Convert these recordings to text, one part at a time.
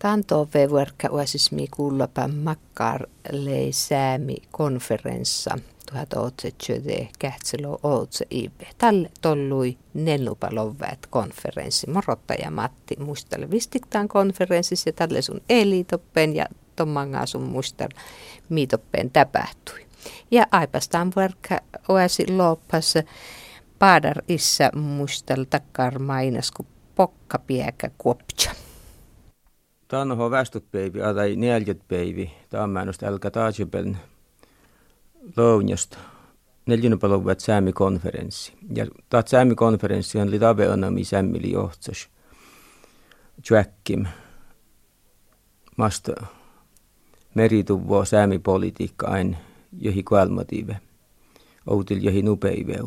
Tanto veverkka uasismi kuullapa makkar lei säämi konferenssa 1870 kähtselo ootse ive. Tälle tollui nellupaloväät konferenssi. Morottaja Matti muistelle vistiktaan konferenssissa ja tälle sun elitoppen ja tommangaa sun muistel miitoppen tapahtui. Ja aipastaan verkka oasi loppas paadar issa muistel takkar mainasku pokkapiäkä kuopcha. Tanho västutpäivi, tai 40 päivi, taamäännöstä älkä taajepeln lounjosta. 4. päivät säämikonferenssi. Ja taat säämikonferenssi on taveonami sämmili johtsas. Tjäkkim. Masta merituvua säämipolitiikka aina johi kuelmatiive. Outil johi nupeiveu.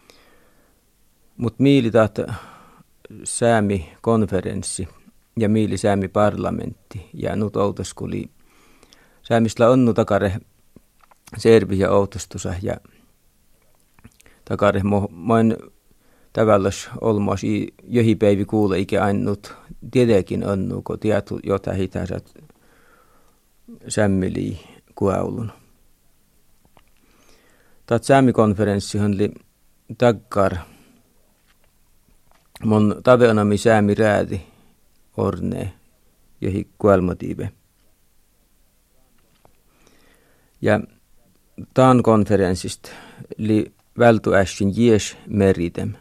Mut miili taat säämikonferenssi. Ja miili säämi parlamentti ja nyt outoskuli. Säämistä onnu takare servi ja outostusa ja takare moin tavallas olmas johi päivi kuule ikä ainut tietenkin onnu, kun tietu jota hitäisät sämmili kuaulun. Taat säämikonferenssi oli takkar mon taveonami säämi rääti orne johi kuelmotiive. Ja taan konferenssista li vältu äsken jies meritem.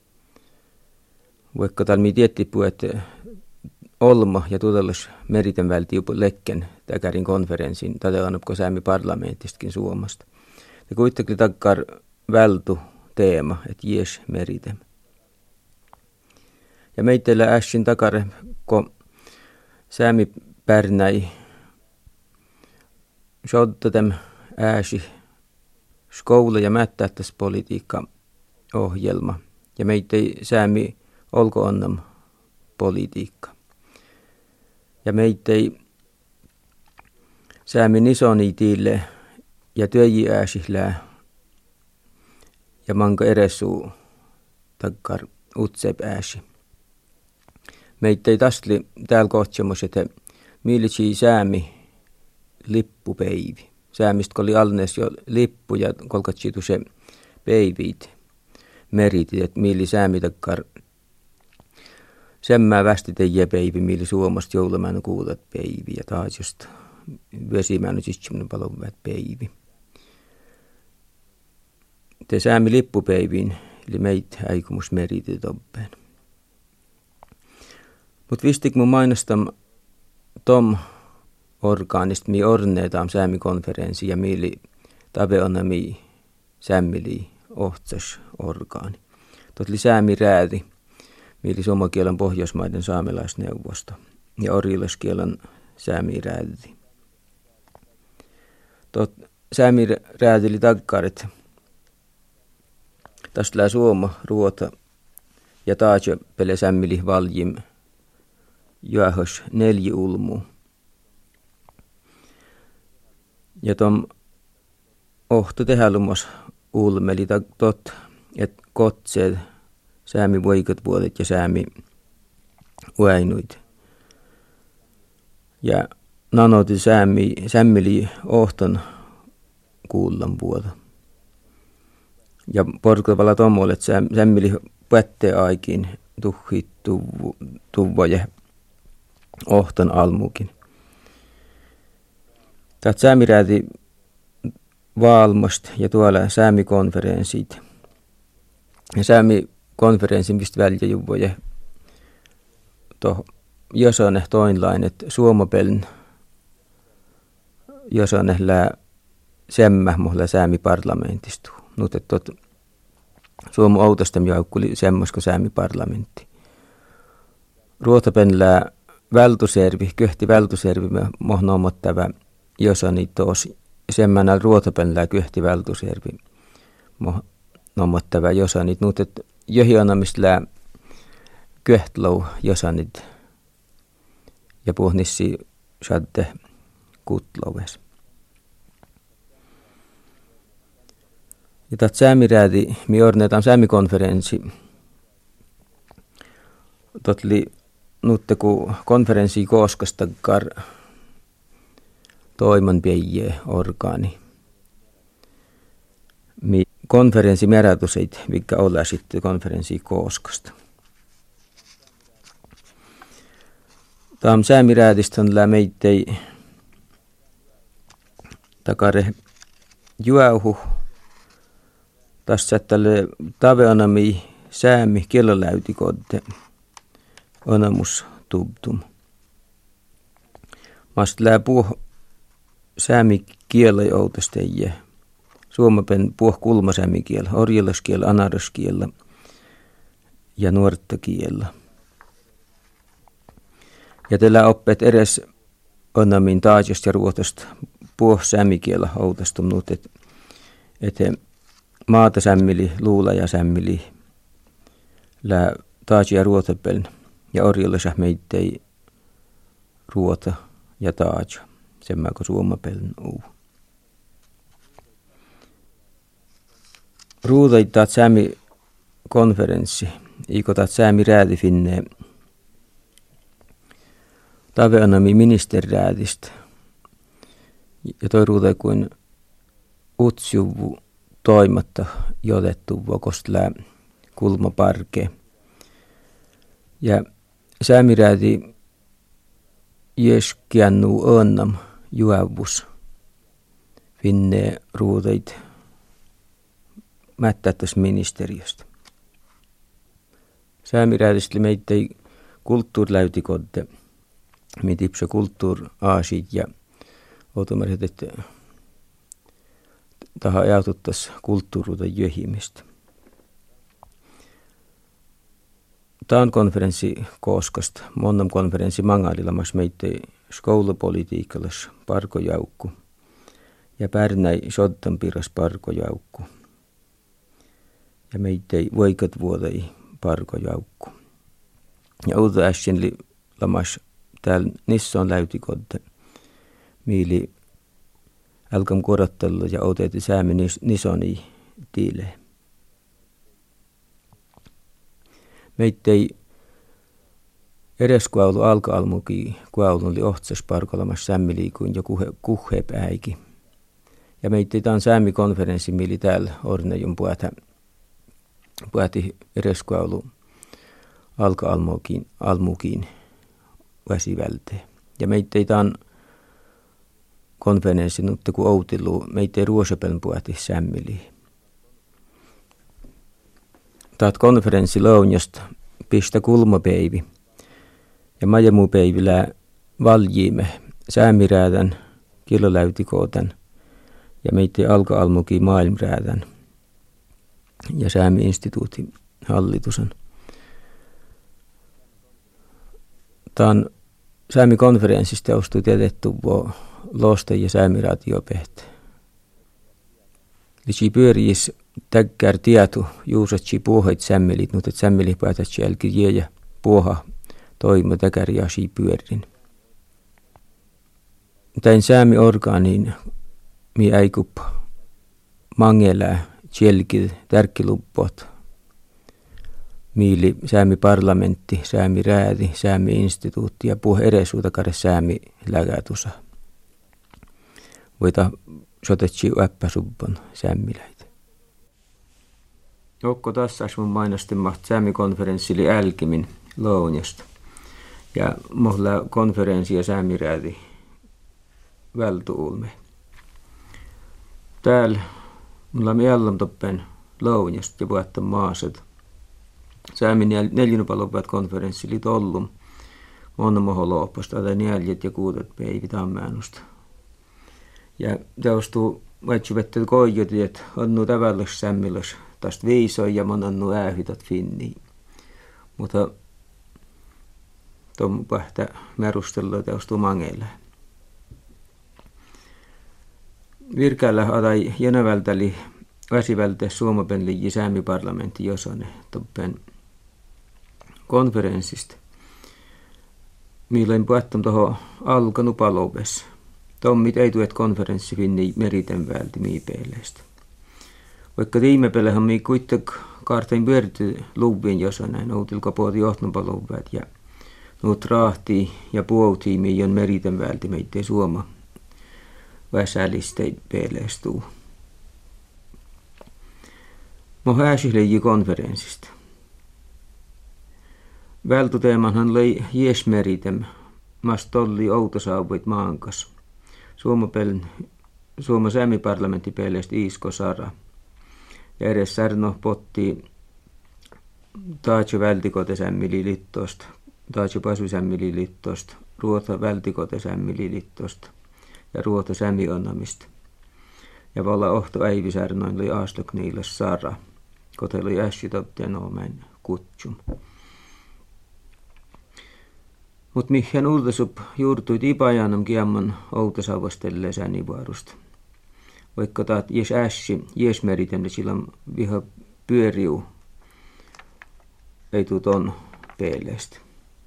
Vaikka talmi tiettipu, että olma ja tutellas meritem välti jopa lekken täkärin konferenssin, tätä on kun säämi parlamentistakin Suomesta. Ja kuitenkin takkar vältu teema, että jies meritem. Ja meitellä äsken takare, kun säämi pärnäi soddatem ääsi skoula ja mättähtäs politiikka ohjelma. Ja meitei säämi olko onnam politiikka. Ja meitei säämi nisoni tiille ja työji ääsihlää ja manko eresuu takkar utsep ääsi. Meitä tasli täällä kohtsemos, että miilitsi säämi lippupäivi. Säämistä oli alnes jo lippu ja kolkatsitu se päivit meritit, että miili säämi takkar semmää västiteijä päivi, miili Suomasta joulumäänä kuulet päivi ja taas just vesimäänä sissiminen palonväät päivi. Te säämi lippupäiviin, eli meitä äikumus meritit oppeen. Mut vistik mun mainostam tom orgaanista mi orneetaan säämikonferenssi ja miili taveonami sämmili ohtsas orgaani. Totli säämi rääti, miili suomakielen Pohjoismaiden saamelaisneuvosto ja orilaskielen säämi rääti. Tot säämi räätili takkarit. Tästä lää suoma, ruota ja taatjo pele sämmili valjim. Juohos 4 ulmu. Ja tom ohto tehälumos ulmeli tot, että kotseet säämi voikot vuodet ja säämi uäinuit. Ja nanoti sämmili ohton kuullan vuoda. Ja porklavalla tomolet sämmili pätte aikin tuhit tuvvoja. Ohton almukin. Tätä säämirääti Valmosta ja tuolla säämikonferenssit. Ja säämikonferenssin mistä väliä juvoja josone toinlain, että suomapelin josone lää semmä mulla säämiparlamentistu. Nyt että Suomu outostam joukkuli semmoisko säämiparlamentti. Ruotapen lää vältuservi, köhti vältuservi mohnomottava josani tos semmänä ruotapenlää köhti vältuservi mohnomottava josani nyt et johionamista lää köhtlou josanit ja puhnissi sadde kutlouves. Ja tat säämirääti mi orneetaan säämikonferenssi totli nutte kun konferenssi kooskastakar toiman peijee orgaani. Konferenssi määrätyseit, mikä ollaan sitten konferenssi kooskasta. Tämä säämiräätistä on lämeittei takare juauhu. Tässä tälle taveanami säämi kelloläytikotte onamus tubtum. Mast lää puh säämi kielä joutasteijä. Suomapen puh kulmasäämikielä, orjalaskielä, anaraskielä ja nuorttakielä. Ja tällä oppeet edes onamin taajasta ja ruotosta puh säämikielä outastumut, että maata sämmili, luula ja sämmili, lää taajia ruotapeln ja orjalasa meittei ruota ja taaja, semmäkö suomapeln uu. Ruudaitaat säämi konferenssi, ikotaat säämi rääti finne taveanami ministeriräätistä. Ja toi ruutai kuin utsjuvu toimatta jotettu vokoslää kulmaparke. Ja säämirääti jeskiannu onnam juavus finne ruudait mättättäs ministeriöstä. Säämiräätistä meittei kulttuurläytikotte, mitipsä kulttuuraasit ja otomarset, että taha ajatuttas kulttuuruuta jöhimistä. Tämä konferenssi kooskasta, monnam konferenssi mangalilamas meittei skoulapolitiikkalas parkojaukku ja pärnäi sottanpiras parkojaukku. Ja meittei voikat vuodei parkojaukku. Ja uuta äsken lamas täällä Nisson läytikotte, miili älkam korottella ja otetti säämi Nisoni tiilee. Meittei edes kuaulu alka-almuki kuaulun oli ohtsas parkolamas sämmiliikuin jo kuhepäikin. Ja meittei tämän säämikonferenssi, mieli täällä Ornejun puhati edes kuaulu alka-almukiin väsivälteen. Ja meittei tämän konferenssi nutte kun outiluu, meittei ruosapeln puhati sämmiliin. Taat konferenssi lounjasta pistä kulmapeivi ja majamupeivillä valjiime säämiräätän, killoläytikootan ja meittei alka-almuki maailmräätän ja säämi-instituutin hallitusan. Tämän säämikonferenssista teostui tietettu loste ja säämiraatiopeht. Lisi pyöriis täkkär tietu juusatsi puohoit sämmelit, mutta sämmeli päätätsi jälki ja puoha toima täkär jasi pyörin. Tain säämi orgaaniin mi äikup mangelää jälki tärkkiluppot. Miili säämi parlamentti, säämi rääti, säämi instituutti ja puh edesuutakare säämi läkätusa. Voita sotetsi äppäsuppon säämmiläitä. Jokko tässä mun mainostimmat säämikonferenssili älkimin lounjasta. Ja mohla konferenssi ja säämirääti vältuulme. Täällä mulla on miellam toppen lounjasta ja puhuttaa maaset. Säämin neljänupaloppäät konferenssili tollum. Monna moho loppusta, tai näljet ja kuudet peivi tammäänusta. Ja teostuu vaitsuvettel koijoti, että onnu tavallis sämmilös tästä viisoi ja monannu äähytat finniin. Mutta tuon pähtä märustella teostuu mangeille. Virkäällä atai jänävältäli väsivältä suomapenli säämiparlamentti josone toppen konferenssista. Milloin puhuttam tuohon alkanupalopessa. Tommit ei tuet konferenssi finni meriten välti miipeileistä. Vaikka tiimepelehän mi kuitenkin kaartain pyöritty luvin jossain näin outilka puhuti johtopaloppäät ja Nuut rahti ja puoltiimi on meriten välti meitä suoma väsälisteit peeleestuu. Mä hääsihleji konferenssista. Vältuteemanhan löi jiesmeritem, mas tolli outosaavoit maankas. Suoma Säämi-parlamenttipeeleestä Iisko Sara. Ja edes särno potti taatsi vältikotesämmililittosta, taatsi pasusämmililittosta, ruota vältikotesämmililittosta ja ruota sämionnamista. Ja valla ohto äivisärnoin oli aastok niille Sara, kote oli ässitoptien omen kutsum. Mut mihin ultasup juurtuit ipajanam kiemman outosaavastelleen sännivuorusta. Vaikka taat jes ässi, jes meritemne silloin viha pyöriu, ei tuu ton peeleestä.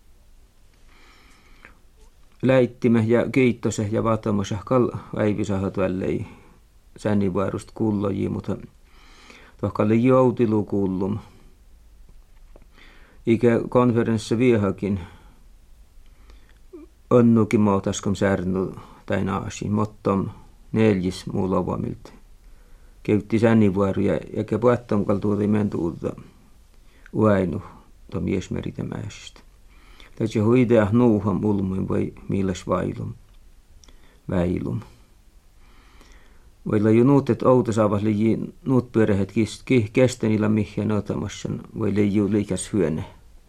Läittime ja kiittose ja vatamose kal äivisahat vällei sännivuorusta kulloji, mutta tohkalle joutilu kullum. Ikä konferenssissa viehakin onnukin muutaskom särnu tai naasi, mottom 4 muu lovamilta. Keytti sännivuoruja ja puettom kal tuoti mentuuta uainu tom miesmeritemäisistä. Tätä huidea nuuham ulmuin voi milles väilum. Voilla jo nuutet outosaavas leiji nuut pyörehet kestenillä mihin otamassan voi leiju liikas hyöne.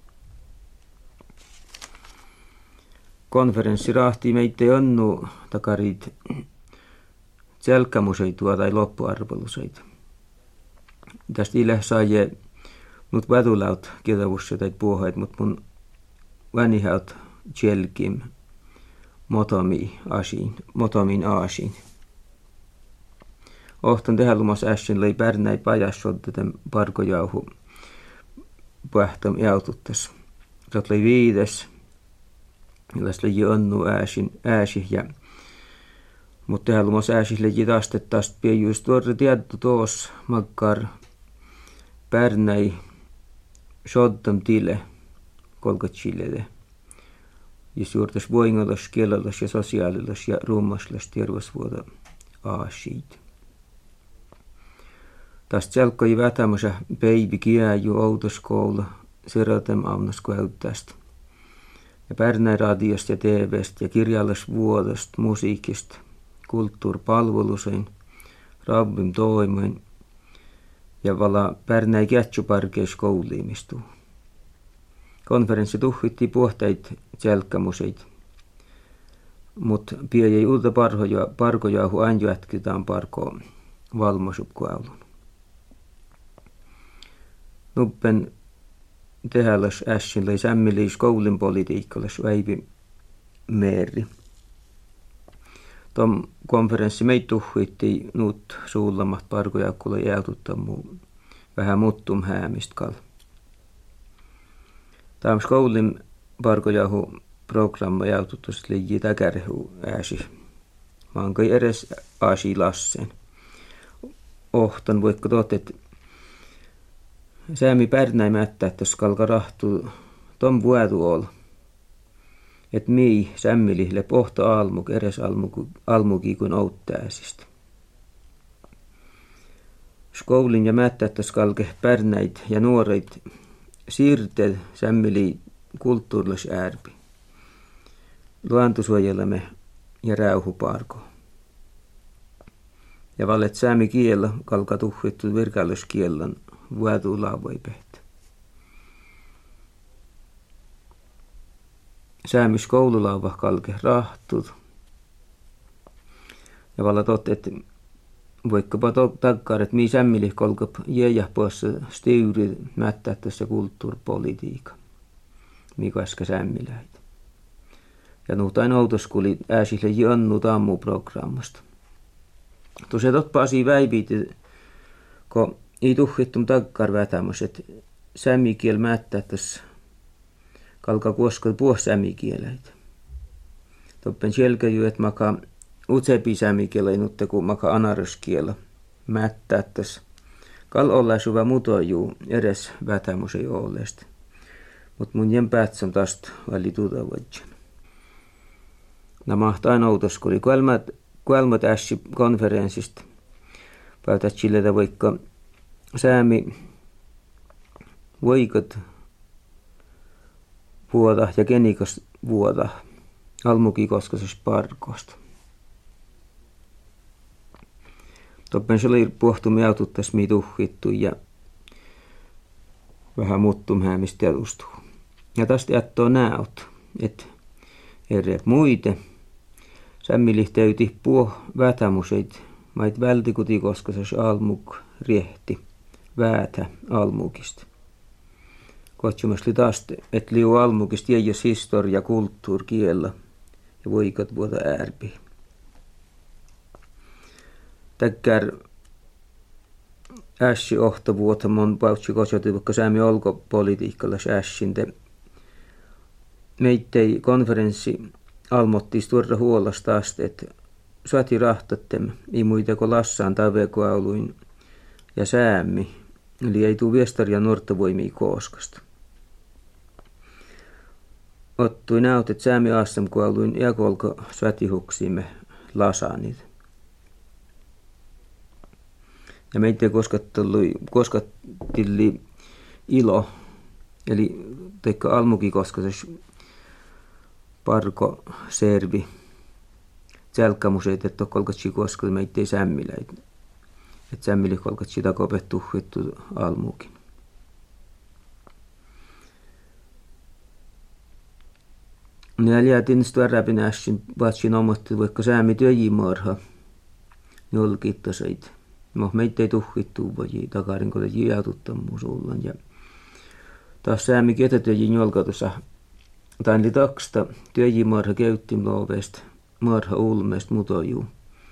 Konferenssi rahti meitä onnu takarit selkämuseitua tai loppuarveluseita. Tästä ilä saaje nyt vätulaut kietavussa tai puohait, mutta mun vänihaut tjelkim motomin aasiin. Ohtan tehdä lumas äsken löi pärnäi pajassodda tämän parkojauhu pähtom jaututtas. Sot löi 5. Millaista löi onnu ääsi ja mutta tehdä lumas ääsis löi taastettas piejuus tuorre tiedettu tuos makkar pärnäi soddam tile kolkotsilele. Ja suurtas voingolas, kielolas ja sosiaalilas ja rummaslas terveysvuoda aasiit. Tästä selkkoi vätämässä peivi kiääju outoskoula serotem amnasko häyttästä. Ja Pärnäi radiosta ja TVstä ja kirjallisvuodosta, musiikista, kulttuuripalvelusein, rabbim toimoin ja vala Pärnäi kätsyparkeis kouliimistuu. Konferenssi tuhvitti puhteit selkkämuseit, mutta pieni uutta parkojauhu aina jatketaan parkoon valmosupkuaulun. Nuppen tehäläs ässinlei sämmiliis koulun politiikkalais väivi meeri. Tom konferenssi meit tuhvitti nuut suullamat parkojaukkulle jäätuttamuu vähän muttum häämist kal. Tämä koulun parkojauhu programma jäätuttus liiji täkärhu ääsi. Maankai edes aasi lasseen. Ohtan voikko totet Säämi Pärnäi mättä, että skalka rahtu tom vuodu ol. Et mii sämmilille pohta almuk eres almuki kuin outtääsistä. Skoulin ja mättä, että skalke Pärnäit ja nuoreit siirtel sämmili kulttuurlas ärpi. Luontosuojelemme ja räuhuparko. Ja vallet säämi kiellä kalka tuhvittu virkalluskiellon vuotu laavoipehtä. Säämys koululauva kalke rahtut. Ja valla totet voikkapa takkaan, että mii sämmili kolkop jäjä poissa styyri mättää tässä kulttuuripolitiikka. Mikä äsken sämmiläitä. Ja nuutain outoskuli ääsille jonnu tammu programmasta. Tuossa totpa asia väipiit, kun ei tuhvittum takkar vätämys, että sämmikiel mättää tässä kalka kuoskot puhua sämmikieleitä. Toppen selkäjy, että maka utsepi sämmikielä inutte kuin maka anaruskielä mättää tässä. Kal olla suva mutojuu edes vätämys ei olleesta. Mutta mun jen päätsän tästä väli tuutavatjan. Nämä mahtaa noutos, kun oli kuelmat ässi konferenssista. Päätät sille, vaikka säämi voikat vuoda ja kenikas vuoda almukikoskaisesta parkosta. Toppen se oli pohtumia aututtas mi tuhkittu ja vähän muuttum häämistä jalustuu. Ja tästä jättää näyt, että eri muite sämmilihteyti vätämuseit mait vältikutikoskaisessa almuk riehti väätä almukista. Kotsumasti taas, että liu almukista jäijäs historia, kulttuur, kiellä ja voikat vuota ärpi. Täkkär ässi ohtavuota mon pautsi kosoiti, vaikka säämi olkopolitiikalla ässinte. Meittei konferenssi almottis tuoda huolasta asti, että saati rahtattem, ei muita kuin lassaan tavekoauluin ja säämi, eli ei tuu viestaria nuortavoimia kooskasta. Ottui näytet säämi assam koauluin ja kolko svätihuksimme lasanit. Ja meitä koskattilli ilo, eli teikka almukikoskaisessa parko servi. Selkkamuseet, että kolkatsi koskali meitä ei sämmiläitä. Että sämmili kolkatsi takopet tuhvittu almukin. Neljä tinnistu ärräpin ässin, vatsin omotti vaikka säämi työjimarha, jolkittaseit. No, meitä ei tuhkittu voi takarin, kun ei jäätuttamuu sullan. Ja taas säämi ketätyöjin jolkatussa. Tain li taksta työjimarha käyttim loovesta, marha ulmeesta mutojuu.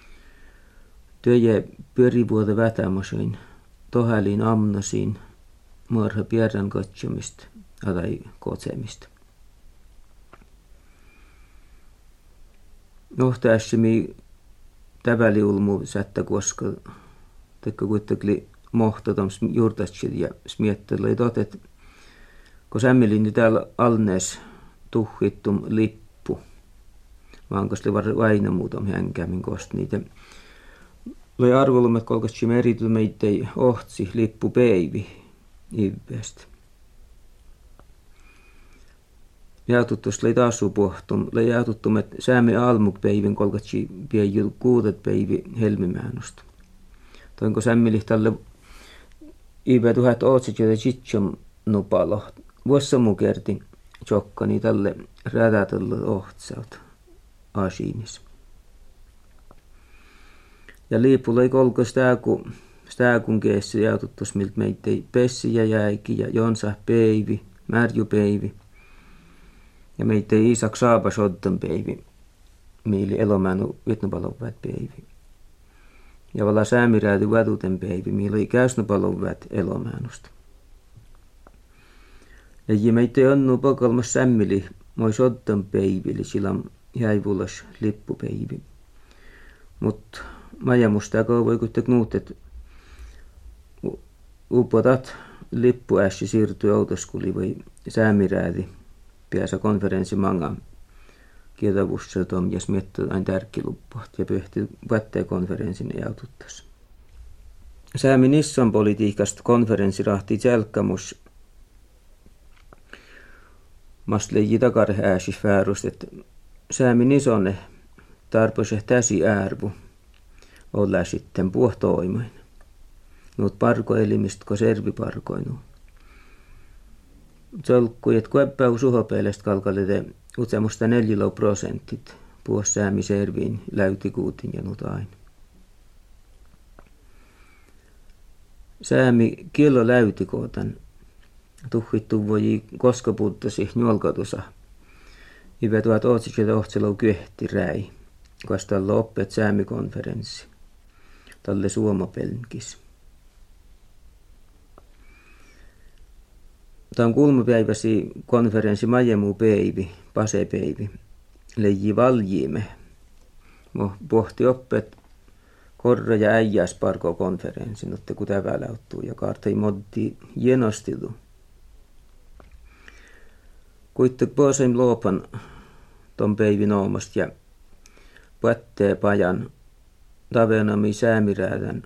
Työjä pyörivuota vätämosein, tohäliin amnasiin, marha pierän katsomista, tai kotsemista. Nohtaessimi täväli ulmu sättä koska tekka kuitenkin mohtatam juurtatsit ja smiettely totet, kun sämmilin täällä alnees tuhittum lippu, vaan koska vaina muutam hänkäämin kosta niitä. Loi arvolumme kolkasti meritu meitei ohtsi lippu peivi ivvestä. Jäätuttus lei taasu pohtum, lei jäätuttum, että säämi almuk peivin kolkasti piejil kuudet peivi helmimäänusta. Toinko sämmili tälle ive 1000 ootsit, joita chitsom nupalo. Vuossa mu kerti tjokkani tälle rätätälle ohtsaut asiinis. Ja liipu lei kolko stääkun keessä jäätuttus, miltä meitei pessi ja jäiki ja jonsa peivi, märju peivi. Ja meitei Iisak Saaba soddan peivi, miili elomäänu vitnopalonväät peivi. Ja vala säämirääty vätuten peivi, miili käysnopalonväät elomäänusta. Ja meitei onnu pakalmas sämmili, moi soddan peivili, sillä jäivulas lippupeivi. Mut majamusta voi kuitenkin nuut, että upotat lippuässi siirtyi autoskuli vai säämirääti. Piäsä konferenssi mangan kietavussa tom ja smiettä aina tärkkiluppoht ja pyhti vattee konferenssin jaututtas. Säämi Nissan politiikasta konferenssi rahti selkkamus. Mast leiji takar ääsis väärust, että säämi Nisonne tarpoise täsi ärvu olla sitten puhtoimain. Nuut parkoelimist ko serviparkoinu. Tolkkujet kueppau suhopeilest kalkalite utsemusta 4% puos säämi serviin läytikuutin ja nutain. Säämi kielo läytikootan tuhittu voi koska puuttasi njolkatusa. Ive 1800 ohtselu kyhti räi, kastalla oppeet säämikonferenssi. Talle suomapelkis. Tämä on kulmapäiväsi konferenssi majemu peivi, pasepeivi, leiji valjiime. Pohti oppeet korra ja äijäs parko konferenssin, otte kun tämä väläuttuu ja kaartai moddi jenostilu. Kuitenkin poisin luopan ton päivin oomasta ja pättee pajan tavenami säämiräädän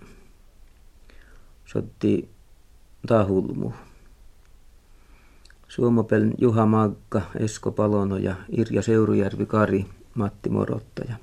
sotti tahulmu. Suomopelin Juha Magga, Esko Palono ja Irja Seurujärvi Kari, Matti Morottaja.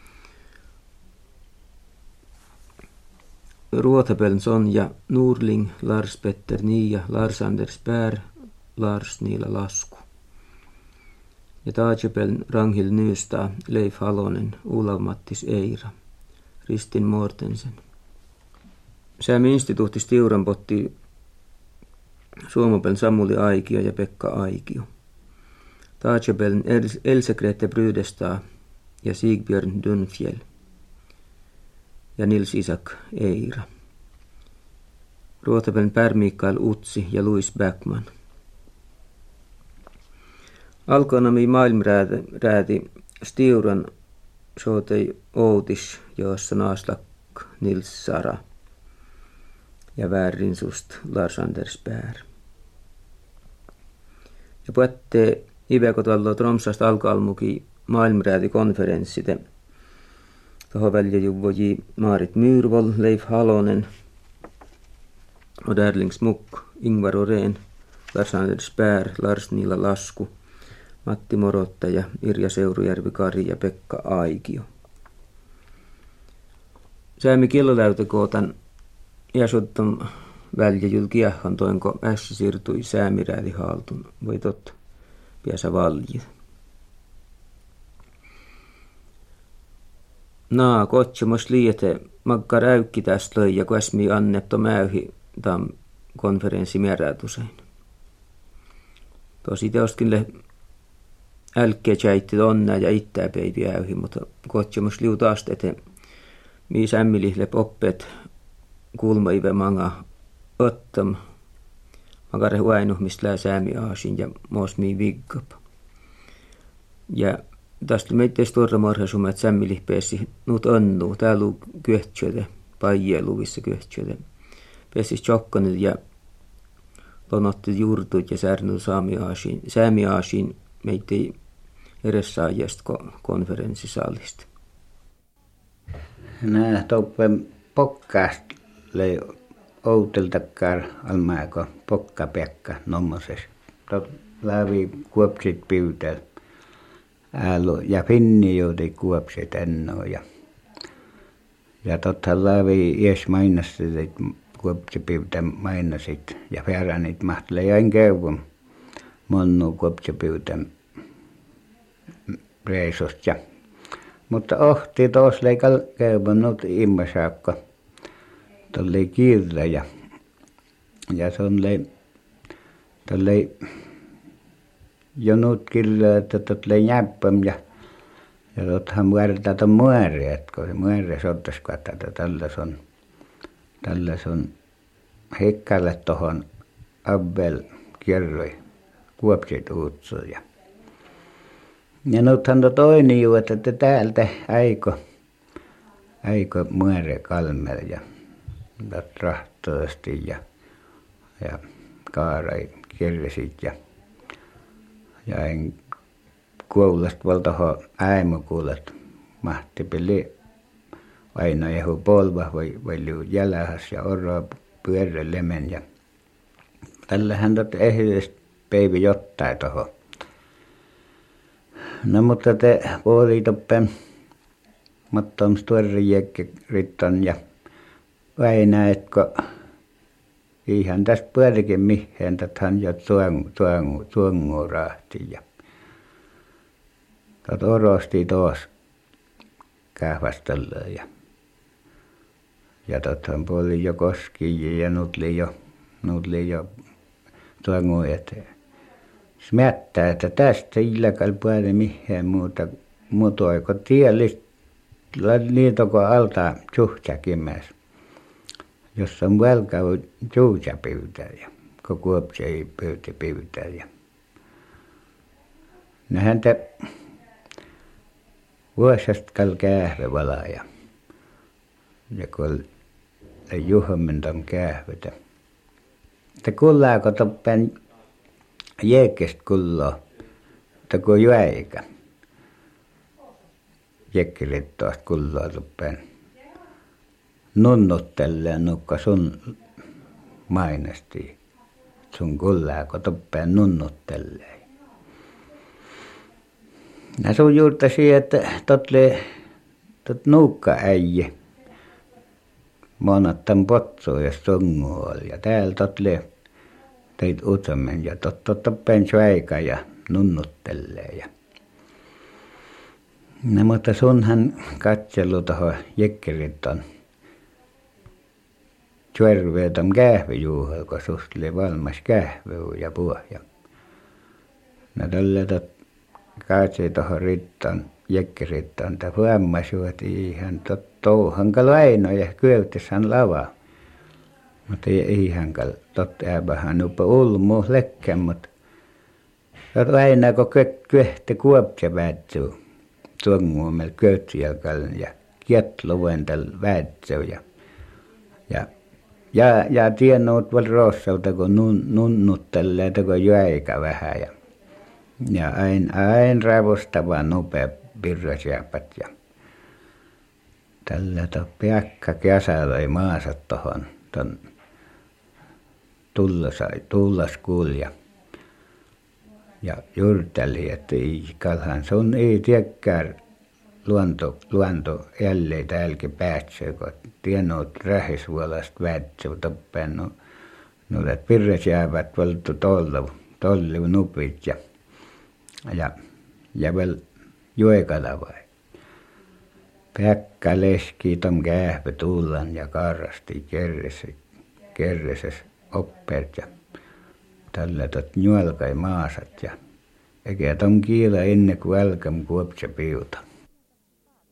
Ruotapelin Sonja Nurling, Lars Petter Niia, Lars Anders Pär, Lars Niila Lasku. Ja Taajepelin Ranghil Nystad, Leif Halonen, Olav Mattis Eira, Ristin Mortensen. Säämi instituutis Tiuranpotti Suomopelin Samuli Aikio ja Pekka Aikio. Taajepelin Else-Grete Brydestad ja Sigbjörn Dunfjell ja Nils Isak Eira. Ruotapelin Per Mikael Utsi ja Louis Backman. Alkoinami maailmrääti Stiuran sootei Outis, jossa naaslak Nils Sara ja väärinsust Lars Anders Pär. Ja puhutte Ivekotallo Tromsasta alkoalmuki maailmrääti konferenssite. Tuohon väljäjuvoji Maarit Myyrvol, Leif Halonen, Odd Erling Smuk, Ingvar Orén, Lars Anders Pär, Lars Niila Lasku, Matti Morottaja, Irja Seurujärvi Kari ja Pekka Aikio. Säämi killoläytökootan jäsottam väljäjyl kiehon toinko ässi siirtui säämirääti haaltun, voi tot piäsä valjit. Naa, kotsomos liete, magga räykki tästä löi ja käsmi annetto mäyhi tam konferenssi määrätusein. Tosi teostkin älkkeä jäitti onnea ja ittää peivi äyhi, mutta kotsomos liu taas ete, mii sämmilille poppeet kulmaive manga ottam, magare huainu, mistä lää säämi aasin ja mosmi viggap. Ja tästä meitä tuoda marhasuma, että sämmilihpeesi nuut onnu, täällä on kyöhtsöde, paijia-luvissa kyöhtsöde. Pesis tjokkonit ja lonotti juurtut ja särnyt säämi aasin meitä edes saajasta konferenssisaalista. Nää toppen pokkaast lei outeltakkaan almaako pokkapekka nommoses. Tot lävi kuopsit piutel. Ja finni joutui kuopsit ennoo ja totta lävi ies mainastit, että kuopsipiutä mainasit ja färanit mahtlee aina käydä monnu kuopsipiutä reisosta ja mutta ohti tos lei käydä nyt immasaakka tollei kiirre ja se on lei jo nyt kirjoa, että totlei jäppäm ja tothan muertaa ton muere, että kun se muere sottaskua, että tällä on hekkalle tohon Abbel kierroi kuopsit uutsuja. Ja nythän toinen juu, että täältä aiko muere kalmel ja rahtoasti ja kaarai kirjasit ja en kuullest valtaho äimukuulet mahti peli aina jehu polva vai liu jälähäs ja orroa pyörre lemen ja tällähän ehdestä peivi jottain toho. No mutta te puolitoppen mattoms tuorri jekke ritton ja väinäetkö ihan tästä pyörikin miheen, että hän jo tuongu rahti ja tot orosti tuos kähvästöllä ja tothan puoli jo koski ja nutli jo tuongu eteen. Smättää, että tästä illäkäl pyöri miheen muutoiko tiellistä liitoko alta suhtsäkimäs. Jossa on välkäy juuja pyytää ja kuopsi ei pyytää ja nehän te vuosesta kal kähve valaa ja kun juhmentam kähvetä. Te kullaako toppen jääkestä kullaa teko jäikä. Jekkirit tuosta kullaa tuppeen nunnuttelleen nukka sun mainesti. Sun kullaa, kun tuppeen nunnuttelleen. Ja sun juurta siihen, että tot nuukka äijä. Monattan potsoa, jos sungu oli. Ja täällä teit uutsammen ja toppeen sväikä ja nunnuttelee. Ja. No, mutta sunhan katselu tuohon Jekkiritton tjärveetom kähvijuuhel, kun susta oli valmas kähviu ja pohja. No tällä katsi tuohon Ritton, Jekkiritton, että huomasivat ihan touhankal ainoja kyöytessään lava. Mutta ei hankal toteapahan upa ulmu lekkän, mutta aina kun kyöhti kuopse väitsuu tuonguomel köytsijalkal ja kietluvental väitsuu ja tiennuut val rossauta kun nunnuttelee teko jäikä vähän ja aina ravustava nopea pirrasjääpät ja tällä peakka kesällä maansa tuohon ton tullaskuul ja jurteli, että kalhan sun ei tiedäkään luonto jälleen täälläkin päätsee, kun tiennuut rähisvuolasta väitsee toppeen nuolet pirrasjääpät valtu tollu nupit ja vielä juekala vai. Päkkä leski tom kähpä tullan ja karrasti kerreses oppeet ja tällä juolkai maasat ja eikä tom kiila ennen kuin älkäm kuopse piuta.